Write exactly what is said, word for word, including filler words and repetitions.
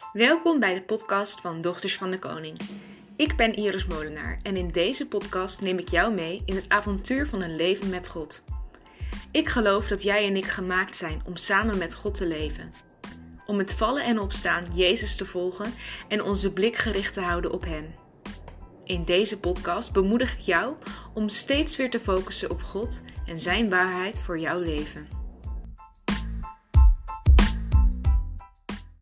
Welkom bij de podcast van Dochters van de Koning. Ik ben Iris Molenaar en in deze podcast neem ik jou mee in het avontuur van een leven met God. Ik geloof dat jij en ik gemaakt zijn om samen met God te leven. Om met vallen en opstaan Jezus te volgen en onze blik gericht te houden op Hem. In deze podcast bemoedig ik jou om steeds weer te focussen op God en Zijn waarheid voor jouw leven.